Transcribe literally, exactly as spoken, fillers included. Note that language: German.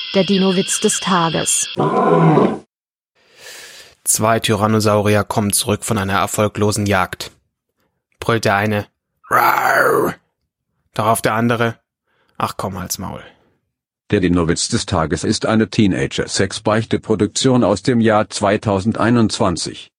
Der Dino-Witz des Tages. Zwei Tyrannosaurier kommen zurück von einer erfolglosen Jagd. Brüllt der eine, Rar! Darauf der andere, ach komm, halt's Maul. Der Dino-Witz des Tages ist eine Teenager-Sex-Beichte-Produktion aus dem Jahr zweitausendeinundzwanzig.